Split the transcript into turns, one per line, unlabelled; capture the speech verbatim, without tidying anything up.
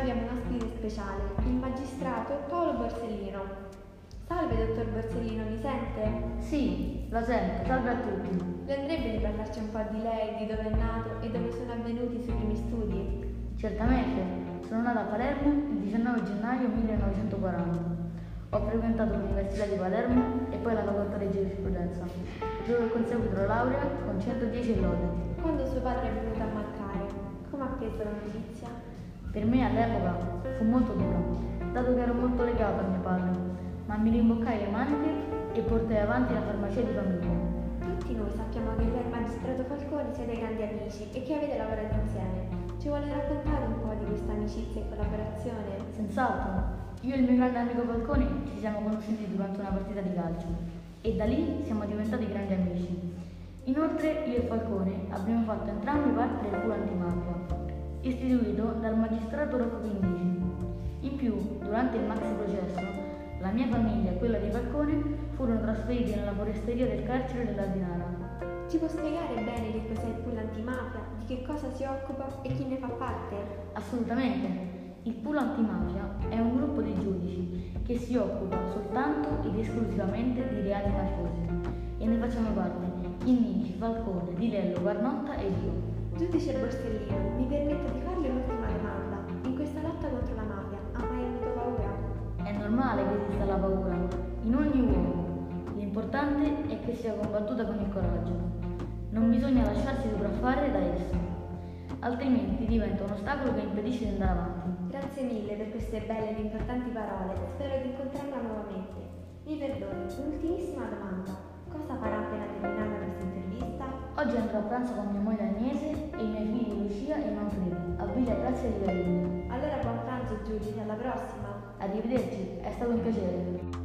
abbiamo un ospite speciale, il magistrato Paolo Borsellino. Salve dottor Borsellino, mi sente?
Sì, la sento, salve a tutti.
Le andrebbe di parlarci un po' di lei, di dove è nato e dove sono avvenuti i suoi primi studi?
Certamente, sono nata a Palermo il diciannove gennaio millenovecentoquaranta. Ho frequentato l'Università di Palermo e poi la facoltà di giurisprudenza, dove ho conseguito la laurea con centodieci lode.
Quando suo padre è venuto a mancare, come ha preso la notizia?
Per me all'epoca fu molto dura, dato che ero molto legato a mio padre, ma mi rimboccai le maniche e portai avanti la farmacia di famiglia.
Tutti noi sappiamo che lei e il magistrato Falcone siete grandi amici e che avete lavorato insieme. Ci vuole raccontare un po' di questa amicizia e collaborazione?
Senz'altro. Io e il mio grande amico Falcone ci siamo conosciuti durante una partita di calcio e da lì siamo diventati grandi amici. Inoltre io e Falcone abbiamo fatto entrambi parte del pool antimafia, istituito dal magistrato Rocco Chinnici. In più, durante il maxi processo, la mia famiglia e quella di Falcone furono trasferiti nella foresteria del carcere dell'Ardinara.
Ci può spiegare bene che cos'è il pool antimafia, di che cosa si occupa e chi ne fa parte?
Assolutamente. Il pool antimafia è un gruppo di giudici che si occupa soltanto ed esclusivamente di reati mafiosi e ne facciamo parte Chinnici, Falcone, Di Lello, Varnotta ed io.
Giudice Borsellino, mi permetto di farle un'ultima domanda. In questa lotta contro la mafia ha mai avuto paura?
È normale che esista la paura, in ogni uomo. L'importante è che sia combattuta con il coraggio. Non bisogna lasciarsi sopraffare da esso, altrimenti diventa un ostacolo che impedisce di andare avanti.
Grazie mille per queste belle ed importanti parole, spero di incontrarla nuovamente. Mi perdoni, un'ultimissima domanda. Cosa farà appena terminata questa intervista?
Oggi andrò a pranzo con mia moglie Agnese e i miei figli Lucia e Manfredi, a Villa Grazia di Carilli.
Allora buon pranzo giudice, alla prossima!
Arrivederci, è stato un piacere.